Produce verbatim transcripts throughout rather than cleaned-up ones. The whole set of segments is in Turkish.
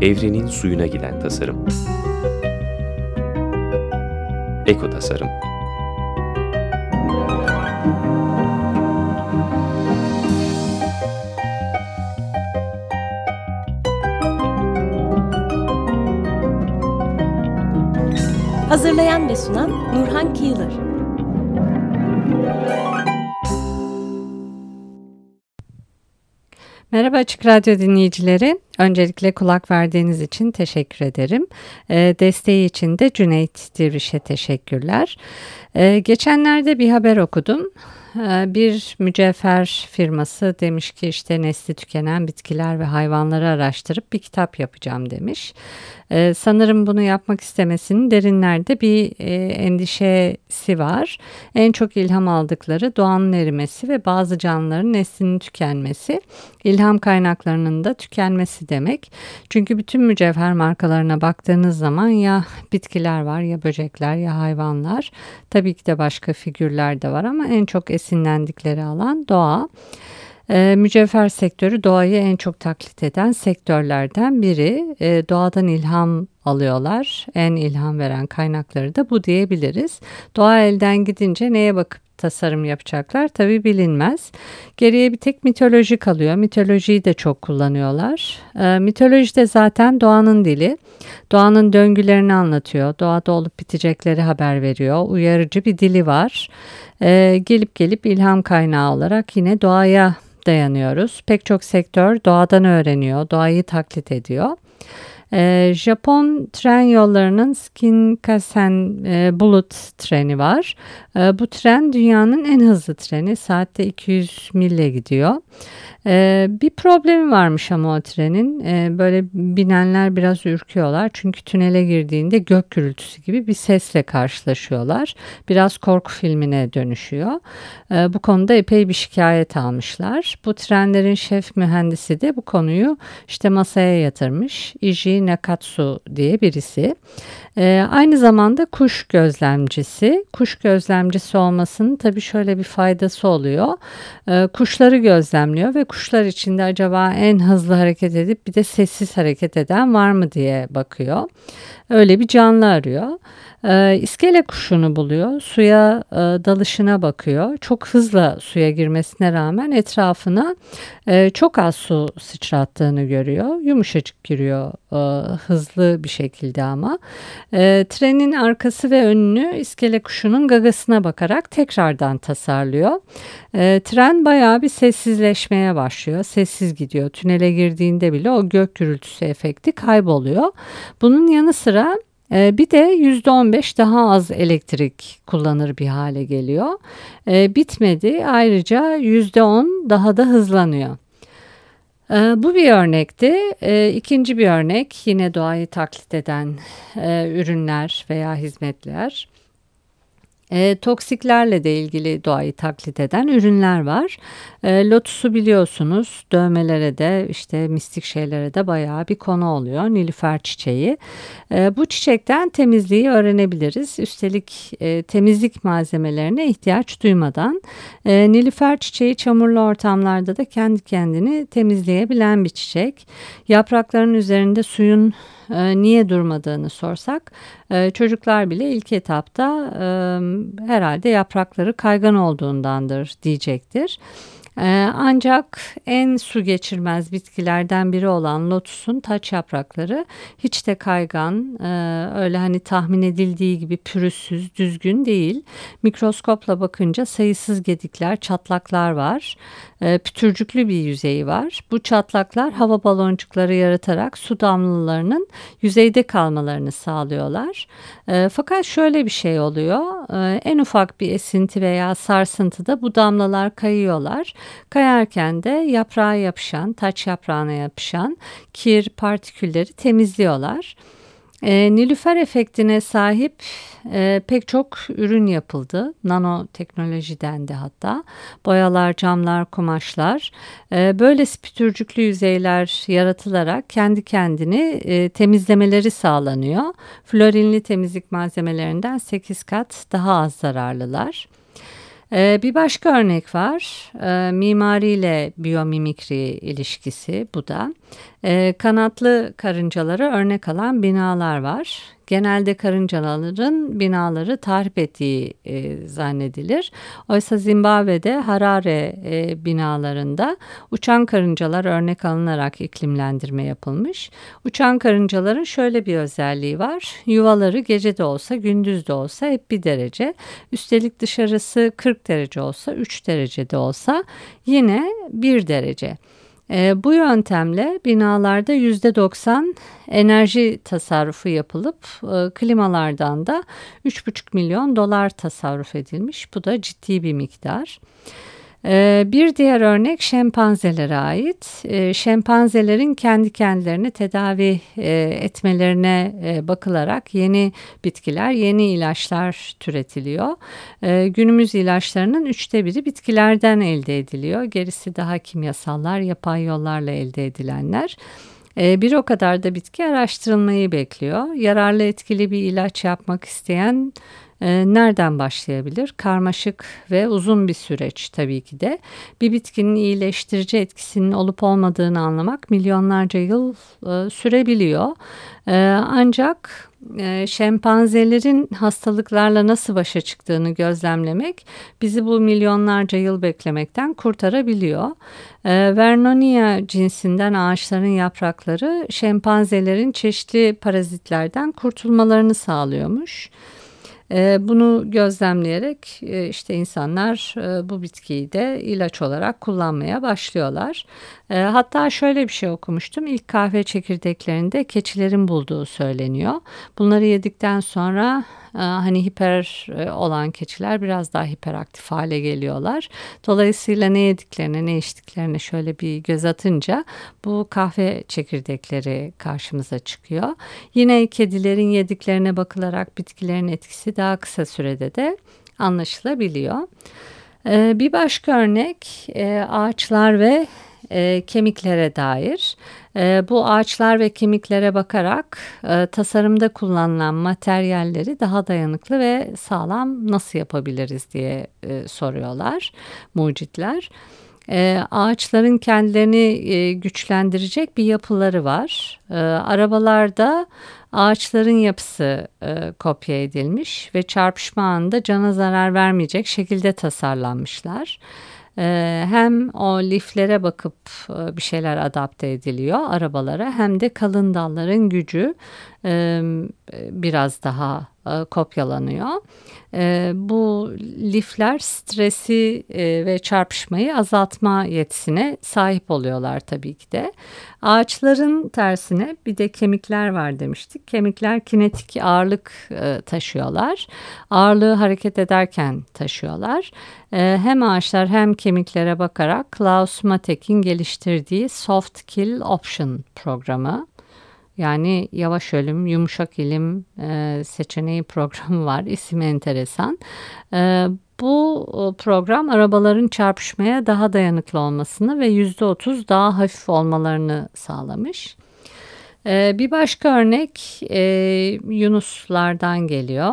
Evrenin suyuna giden tasarım. Eko tasarım. Hazırlayan ve sunan Nurhan Kıyılır. Merhaba Açık Radyo dinleyicileri. Öncelikle kulak verdiğiniz için teşekkür ederim. E, desteği için de Cüneyt Divriş'e teşekkürler. E, geçenlerde bir haber okudum. E, bir mücevher firması demiş ki işte nesli tükenen bitkiler ve hayvanları araştırıp bir kitap yapacağım demiş. E, sanırım bunu yapmak istemesinin derinlerde bir e, endişesi var. En çok ilham aldıkları doğanın erimesi ve bazı canlıların neslinin tükenmesi. İlham kaynaklarının da tükenmesi demek. Çünkü bütün mücevher markalarına baktığınız zaman ya bitkiler var, ya böcekler, ya hayvanlar. Tabii ki de başka figürler de var ama en çok esinlendikleri alan doğa. E, mücevher sektörü doğayı en çok taklit eden sektörlerden biri. E, doğadan ilham alıyorlar. En ilham veren kaynakları da bu diyebiliriz. Doğa elden gidince neye bakıp tasarım yapacaklar tabii bilinmez. Geriye bir tek mitoloji kalıyor. Mitolojiyi de çok kullanıyorlar. E, mitoloji de zaten doğanın dili. Doğanın döngülerini anlatıyor. Doğada olup bitecekleri haber veriyor. Uyarıcı bir dili var. E, gelip gelip ilham kaynağı olarak yine doğaya dayanıyoruz. Pek çok sektör doğadan öğreniyor, doğayı taklit ediyor. Ee, Japon tren yollarının Shinkansen e, Bullet treni var. E, bu tren dünyanın en hızlı treni. Saatte iki yüz mille gidiyor. E, bir problemi varmış ama o trenin. E, böyle binenler biraz ürküyorlar. Çünkü tünele girdiğinde gök gürültüsü gibi bir sesle karşılaşıyorlar. Biraz korku filmine dönüşüyor. E, bu konuda epey bir şikayet almışlar. Bu trenlerin şef mühendisi de bu konuyu işte masaya yatırmış. Iji Nakatsu diye birisi. Ee, aynı zamanda kuş gözlemcisi. Kuş gözlemcisi olmasının tabii şöyle bir faydası oluyor. Ee, kuşları gözlemliyor ve kuşlar içinde acaba en hızlı hareket edip bir de sessiz hareket eden var mı diye bakıyor. Öyle bir canlı arıyor. Ee, iskele kuşunu buluyor. Suya e, dalışına bakıyor. Çok hızla suya girmesine rağmen etrafına e, çok az su sıçrattığını görüyor. Yumuşacık giriyor e, hızlı bir şekilde ama. E, trenin arkası ve önünü iskele kuşunun gagasına bakarak tekrardan tasarlıyor. E, tren bayağı bir sessizleşmeye başlıyor. Sessiz gidiyor. Tünele girdiğinde bile o gök gürültüsü efekti kayboluyor. Bunun yanı sıra Ee, bir de yüzde on beş daha az elektrik kullanır bir hale geliyor. Ee, bitmedi. Ayrıca yüzde on daha da hızlanıyor. Ee, bu bir örnekti. Ee, ikinci bir örnek yine doğayı taklit eden e, ürünler veya hizmetler. E, toksiklerle de ilgili doğayı taklit eden ürünler var. E, lotusu biliyorsunuz, dövmelere de işte mistik şeylere de bayağı bir konu oluyor. Nilüfer çiçeği. E, bu çiçekten temizliği öğrenebiliriz. Üstelik e, temizlik malzemelerine ihtiyaç duymadan. E, Nilüfer çiçeği çamurlu ortamlarda da kendi kendini temizleyebilen bir çiçek. Yaprakların üzerinde suyun e, niye durmadığını sorsak e, çocuklar bile ilk etapta e, herhalde yaprakları kaygan olduğundandır diyecektir. Ee, ancak en su geçirmez bitkilerden biri olan lotusun taç yaprakları hiç de kaygan, e, öyle hani tahmin edildiği gibi pürüzsüz, düzgün değil. Mikroskopla bakınca sayısız gedikler, çatlaklar var. E, pütürcüklü bir yüzeyi var. Bu çatlaklar hava baloncukları yaratarak su damlalarının yüzeyde kalmalarını sağlıyorlar. E, fakat şöyle bir şey oluyor. E, en ufak bir esinti veya sarsıntıda bu damlalar kayıyorlar. Kayarken de yaprağa yapışan, taç yaprağına yapışan kir, partikülleri temizliyorlar. E, Nilüfer efektine sahip e, pek çok ürün yapıldı. Nanoteknoloji dendi hatta. Boyalar, camlar, kumaşlar. E, böyle pütürcüklü yüzeyler yaratılarak kendi kendini e, temizlemeleri sağlanıyor. Florinli temizlik malzemelerinden sekiz kat daha az zararlılar. Ee, bir başka örnek var. Ee, mimariyle biyomimikri ilişkisi bu da. Ee, kanatlı karıncaları örnek alan binalar var. Genelde karıncaların binaları tahrip ettiği e, zannedilir. Oysa Zimbabwe'de Harare e, binalarında uçan karıncalar örnek alınarak iklimlendirme yapılmış. Uçan karıncaların şöyle bir özelliği var. Yuvaları gece de olsa gündüz de olsa hep bir derece. Üstelik dışarısı kırk derece olsa üç derecede olsa yine bir derece. E, bu yöntemle binalarda yüzde doksan enerji tasarrufu yapılıp e, klimalardan da üç buçuk milyon dolar tasarruf edilmiş. Bu da ciddi bir miktar. E, bir diğer örnek şempanzelere ait. E, şempanzelerin kendi kendilerini tedavi e, etmelerine e, bakılarak yeni bitkiler, yeni ilaçlar türetiliyor. E, günümüz ilaçlarının üçte biri bitkilerden elde ediliyor. Gerisi daha kimyasallar, yapay yollarla elde edilenler. Bir o kadar da bitki araştırılmayı bekliyor. Yararlı etkili bir ilaç yapmak isteyen e, nereden başlayabilir? Karmaşık ve uzun bir süreç tabii ki de. Bir bitkinin iyileştirici etkisinin olup olmadığını anlamak milyonlarca yıl e, sürebiliyor. E, ancak e, şempanzelerin hastalıklarla nasıl başa çıktığını gözlemlemek bizi bu milyonlarca yıl beklemekten kurtarabiliyor. E, Vernonia cinsinden ağaçların yaprakları şempanzelerin çeşitli parazitlerden kurtulmalarını sağlıyormuş. Bunu gözlemleyerek işte insanlar bu bitkiyi de ilaç olarak kullanmaya başlıyorlar. Hatta şöyle bir şey okumuştum. İlk kahve çekirdeklerinde keçilerin bulduğu söyleniyor. Bunları yedikten sonra hani hiper olan keçiler biraz daha hiperaktif hale geliyorlar. Dolayısıyla ne yediklerine ne içtiklerine şöyle bir göz atınca bu kahve çekirdekleri karşımıza çıkıyor. Yine kedilerin yediklerine bakılarak bitkilerin etkisi daha kısa sürede de anlaşılabiliyor. Bir başka örnek ağaçlar ve E, kemiklere dair. E, bu ağaçlar ve kemiklere bakarak e, tasarımda kullanılan materyalleri daha dayanıklı ve sağlam nasıl yapabiliriz diye e, soruyorlar mucitler. E, ağaçların kendilerini e, güçlendirecek bir yapıları var. E, arabalarda ağaçların yapısı e, kopya edilmiş ve çarpışma anında cana zarar vermeyecek şekilde tasarlanmışlar. Hem o liflere bakıp bir şeyler adapte ediliyor arabalara, hem de kalın dalların gücü biraz daha kopyalanıyor. Bu lifler stresi ve çarpışmayı azaltma yetisine sahip oluyorlar tabii ki de. Ağaçların tersine bir de kemikler var demiştik. Kemikler kinetik ağırlık taşıyorlar. Ağırlığı hareket ederken taşıyorlar. Hem ağaçlar hem kemiklere bakarak Klaus Matek'in geliştirdiği Soft Kill Option programı, yani yavaş ölüm, yumuşak ilim e, seçeneği programı var. İsmi enteresan. E, bu program arabaların çarpışmaya daha dayanıklı olmasını ve yüzde otuz daha hafif olmalarını sağlamış. E, bir başka örnek e, yunuslardan geliyor.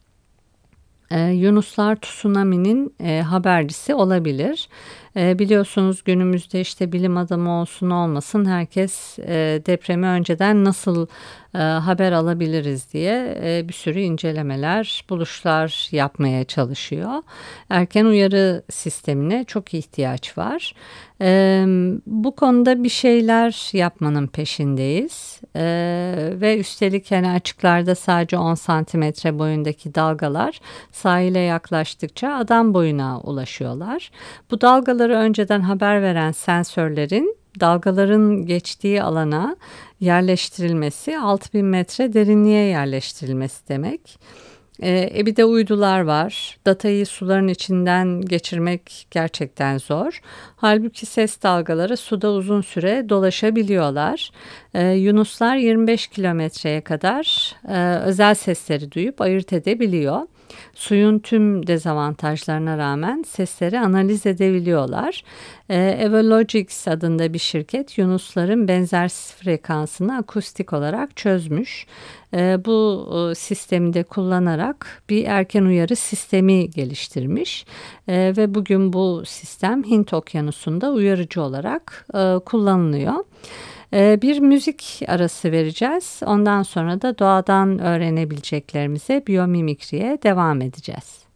E, yunuslar tsunami'nin e, habercisi olabilir. E, biliyorsunuz günümüzde işte bilim adamı olsun olmasın herkes e, depremi önceden nasıl e, haber alabiliriz diye e, bir sürü incelemeler, buluşlar yapmaya çalışıyor. Erken uyarı sistemine çok ihtiyaç var. E, bu konuda bir şeyler yapmanın peşindeyiz. E, ve üstelik yani açıklarda sadece on santimetre boyundaki dalgalar sahile yaklaştıkça adam boyuna ulaşıyorlar. Bu dalgaları önceden haber veren sensörlerin dalgaların geçtiği alana yerleştirilmesi, altı bin metre derinliğe yerleştirilmesi demek. E bir de uydular var. Datayı suların içinden geçirmek gerçekten zor. Halbuki ses dalgaları suda uzun süre dolaşabiliyorlar. E, yunuslar yirmi beş kilometreye kadar e, özel sesleri duyup ayırt edebiliyor. Suyun tüm dezavantajlarına rağmen sesleri analiz edebiliyorlar. E, Evologics adında bir şirket yunusların benzersiz frekansını akustik olarak çözmüş. E, bu e, sistemi de kullanarak bir erken uyarı sistemi geliştirmiş. E, ve bugün bu sistem Hint Okyanusu'nda uyarıcı olarak e, kullanılıyor. Bir müzik arası vereceğiz. Ondan sonra da doğadan öğrenebileceklerimize biyomimikriye devam edeceğiz.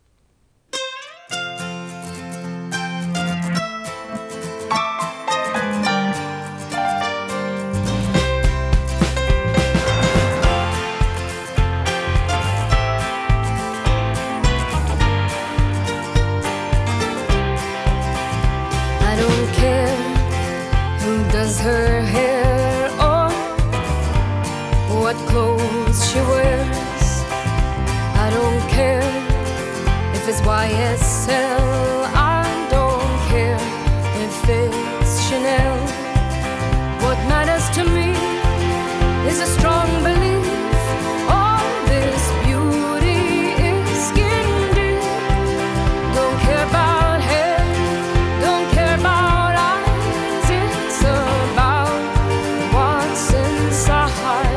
I don't care who does her hair, what clothes she wears. I don't care if it's Y S L. I don't care if it's Chanel. What matters to me is a strong belief all this beauty is skin deep. Don't care about hair, don't care about eyes. It's about what's inside.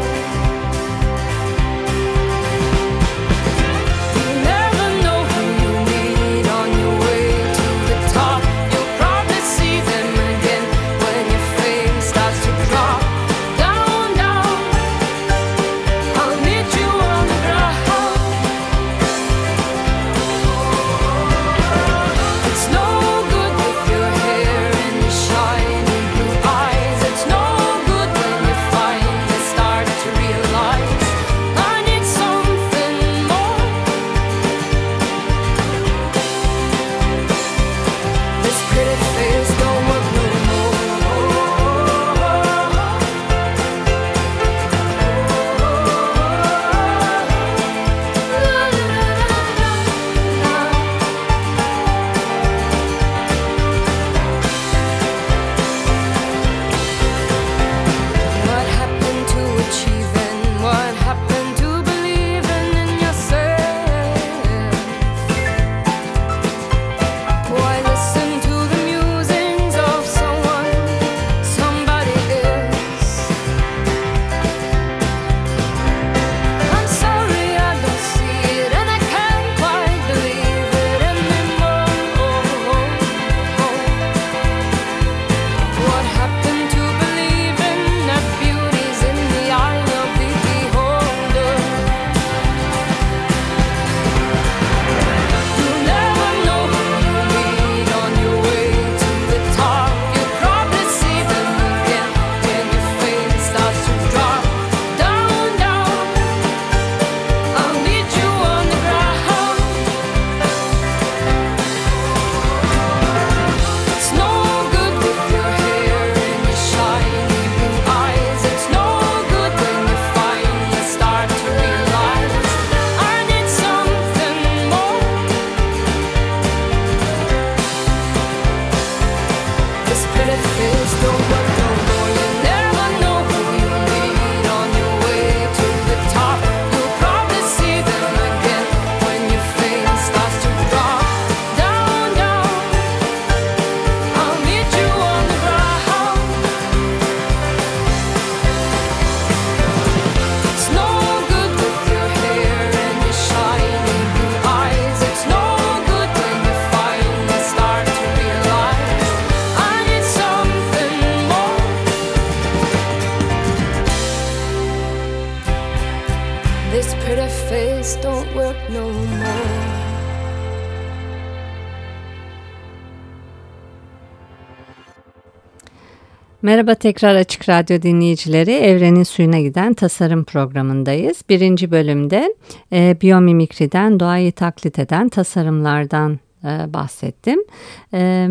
Merhaba tekrar Açık Radyo dinleyicileri. Evrenin Suyuna Giden Tasarım programındayız. Birinci bölümde e, biyomimikriden, doğayı taklit eden tasarımlardan e, bahsettim. E,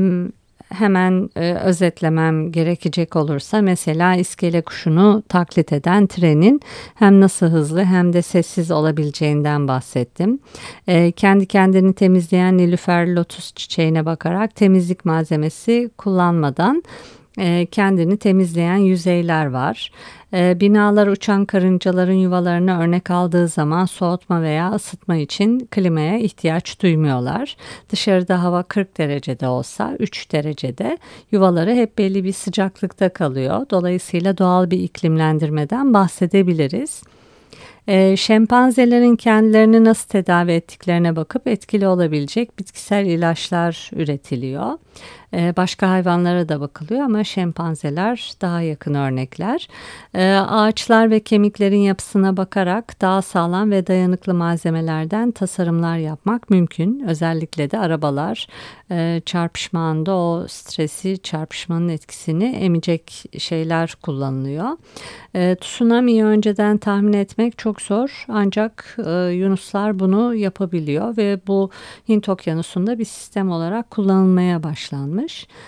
hemen e, özetlemem gerekecek olursa mesela iskele kuşunu taklit eden trenin hem nasıl hızlı hem de sessiz olabileceğinden bahsettim. E, kendi kendini temizleyen nilüfer lotus çiçeğine bakarak temizlik malzemesi kullanmadan kendini temizleyen yüzeyler var. E, binalar uçan karıncaların yuvalarını örnek aldığı zaman soğutma veya ısıtma için klimaya ihtiyaç duymuyorlar. Dışarıda hava kırk derecede olsa üç derecede yuvaları hep belli bir sıcaklıkta kalıyor. Dolayısıyla doğal bir iklimlendirmeden bahsedebiliriz. E, şempanzelerin kendilerini nasıl tedavi ettiklerine bakıp etkili olabilecek bitkisel ilaçlar üretiliyor. E, başka hayvanlara da bakılıyor ama şempanzeler daha yakın örnekler. E, ağaçlar ve kemiklerin yapısına bakarak daha sağlam ve dayanıklı malzemelerden tasarımlar yapmak mümkün. Özellikle de arabalar e, çarpışma anında o stresi, çarpışmanın etkisini emecek şeyler kullanılıyor. E, tsunami'yi önceden tahmin etmek çok zor ancak e, yunuslar bunu yapabiliyor ve bu Hint Okyanusu'nda bir sistem olarak kullanılmaya başlanmış.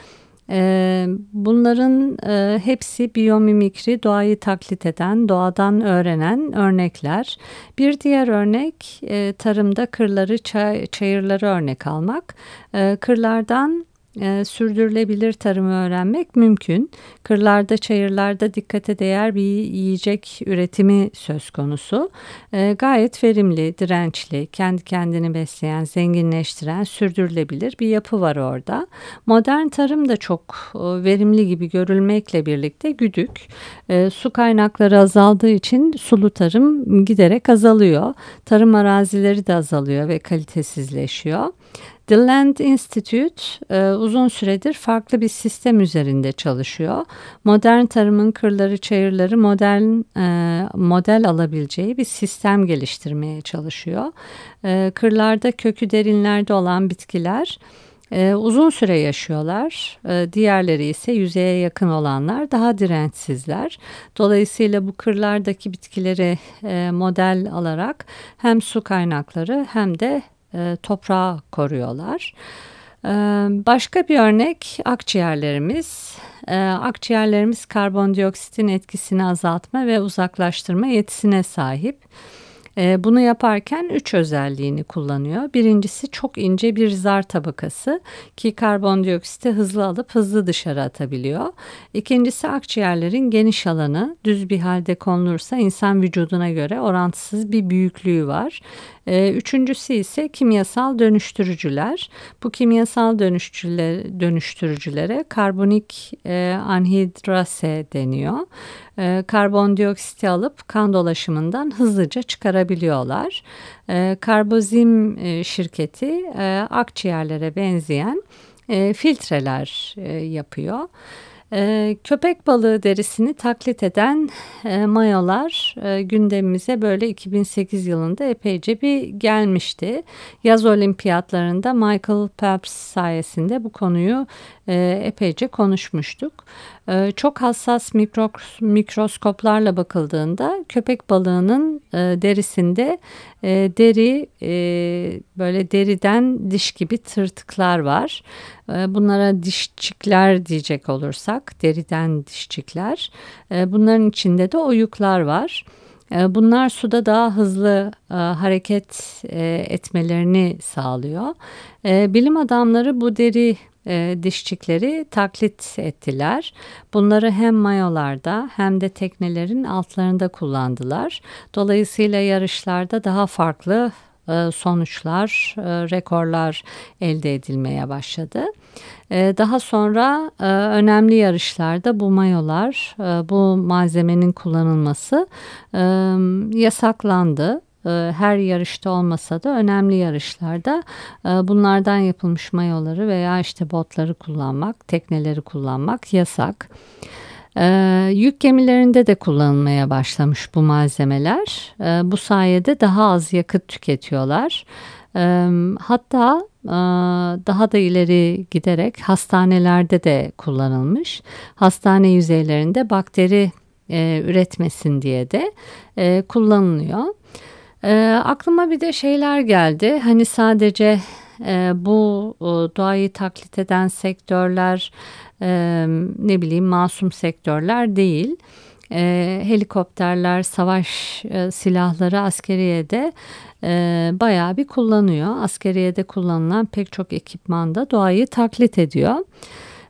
Ee, bunların e, hepsi biyomimikri, doğayı taklit eden, doğadan öğrenen örnekler. Bir diğer örnek e, tarımda kırları, çay, çayırları örnek almak. E, kırlardan e, sürdürülebilir tarımı öğrenmek mümkün. Kırlarda, çayırlarda dikkate değer bir yiyecek üretimi söz konusu. E, gayet verimli, dirençli, kendi kendini besleyen, zenginleştiren, sürdürülebilir bir yapı var orada. Modern tarım da çok e, verimli gibi görülmekle birlikte güdük. E, su kaynakları azaldığı için sulu tarım giderek azalıyor. Tarım arazileri de azalıyor ve kalitesizleşiyor. The Land Institute e, uzun süredir farklı bir sistem üzerinde çalışıyor. Modern tarımın kırları, çayırları modern e, model alabileceği bir sistem geliştirmeye çalışıyor. E, kırlarda kökü derinlerde olan bitkiler e, uzun süre yaşıyorlar. E, diğerleri ise yüzeye yakın olanlar daha dirençsizler. Dolayısıyla bu kırlardaki bitkileri e, model alarak hem su kaynakları hem de E, toprağı koruyorlar. E, başka bir örnek akciğerlerimiz. E, akciğerlerimiz karbondioksitin etkisini azaltma ve uzaklaştırma yetisine sahip. E, bunu yaparken üç özelliğini kullanıyor. Birincisi çok ince bir zar tabakası ki karbondioksiti hızlı alıp hızlı dışarı atabiliyor. İkincisi akciğerlerin geniş alanı, düz bir halde konulursa insan vücuduna göre orantısız bir büyüklüğü var. E, üçüncüsü ise kimyasal dönüştürücüler. Bu kimyasal dönüştürücülere, dönüştürücülere karbonik e, anhidrase deniyor. E, karbondioksiti alıp kan dolaşımından hızlıca çıkarabiliyorlar. E, Karbozim e, şirketi e, akciğerlere benzeyen e, filtreler e, yapıyor. Ee, köpek balığı derisini taklit eden e, mayolar e, gündemimize böyle iki bin sekiz yılında epeyce bir gelmişti. Yaz olimpiyatlarında Michael Phelps sayesinde bu konuyu e, epeyce konuşmuştuk. E, çok hassas mikro, mikroskoplarla bakıldığında köpek balığının e, derisinde e, deri e, böyle deriden diş gibi tırtıklar var. E, bunlara dişçikler diyecek olursak, deriden dişçikler. E, bunların içinde de oyuklar var. E, bunlar suda daha hızlı e, hareket e, etmelerini sağlıyor. E, bilim adamları bu deri E, dişçikleri taklit ettiler. Bunları hem mayolarda hem de teknelerin altlarında kullandılar. Dolayısıyla yarışlarda daha farklı e, sonuçlar, e, rekorlar elde edilmeye başladı. E, daha sonra e, önemli yarışlarda bu mayolar, e, bu malzemenin kullanılması e, yasaklandı. Her yarışta olmasa da önemli yarışlarda bunlardan yapılmış mayoları veya işte botları kullanmak, tekneleri kullanmak yasak. Yük gemilerinde de kullanılmaya başlamış bu malzemeler. Bu sayede daha az yakıt tüketiyorlar. Hatta daha da ileri giderek hastanelerde de kullanılmış. Hastane yüzeylerinde bakteri üretmesin diye de kullanılıyor. E, aklıma bir de şeyler geldi. Hani sadece e, bu e, doğayı taklit eden sektörler, e, ne bileyim masum sektörler değil. E, helikopterler, savaş e, silahları askeriyede e, bayağı bir kullanıyor. Askeriyede kullanılan pek çok ekipman da doğayı taklit ediyor.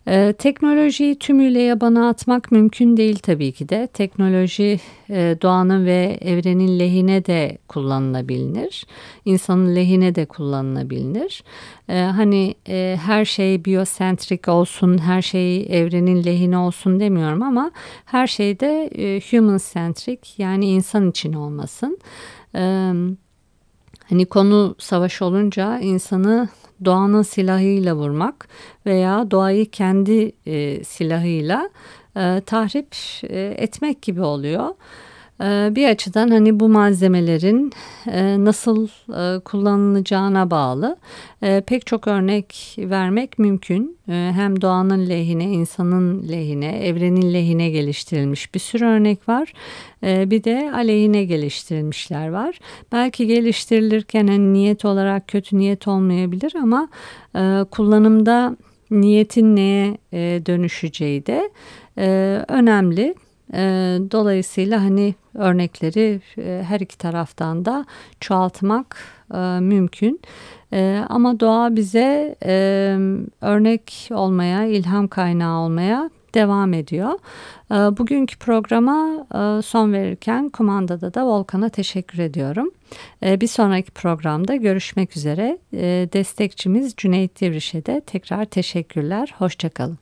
Ee, teknolojiyi tümüyle yabana atmak mümkün değil tabii ki de. Teknoloji e, doğanın ve evrenin lehine de kullanılabilir. İnsanın lehine de kullanılabilir. Ee, hani e, her şey biyosentrik olsun, her şey evrenin lehine olsun demiyorum ama her şey de e, human centric, yani insan için olmasın. Ee, hani konu savaş olunca insanı doğanın silahıyla vurmak veya doğayı kendi e, silahıyla e, tahrip e, etmek gibi oluyor. E, bir açıdan hani bu malzemelerin e, nasıl e, kullanılacağına bağlı. E, pek çok örnek vermek mümkün. E, hem doğanın lehine, insanın lehine, evrenin lehine geliştirilmiş bir sürü örnek var. E, bir de aleyhine geliştirilmişler var. Belki geliştirilirken hani niyet olarak kötü niyet olmayabilir ama e, kullanımda niyetin neye e, dönüşeceği de e, önemli. E, dolayısıyla hani örnekleri e, her iki taraftan da çoğaltmak e, mümkün. E, ama doğa bize e, örnek olmaya, ilham kaynağı olmaya devam ediyor. E, bugünkü programa e, son verirken kumandada da Volkan'a teşekkür ediyorum. E, bir sonraki programda görüşmek üzere. E, destekçimiz Cüneyt Divriş'e de tekrar teşekkürler. Hoşçakalın.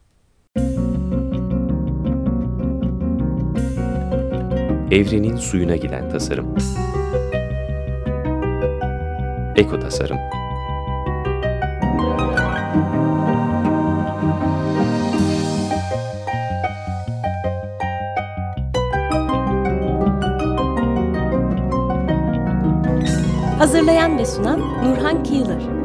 Evrenin suyuna giden tasarım. Eko tasarım. Hazırlayan ve sunan Nurhan Kıyılır.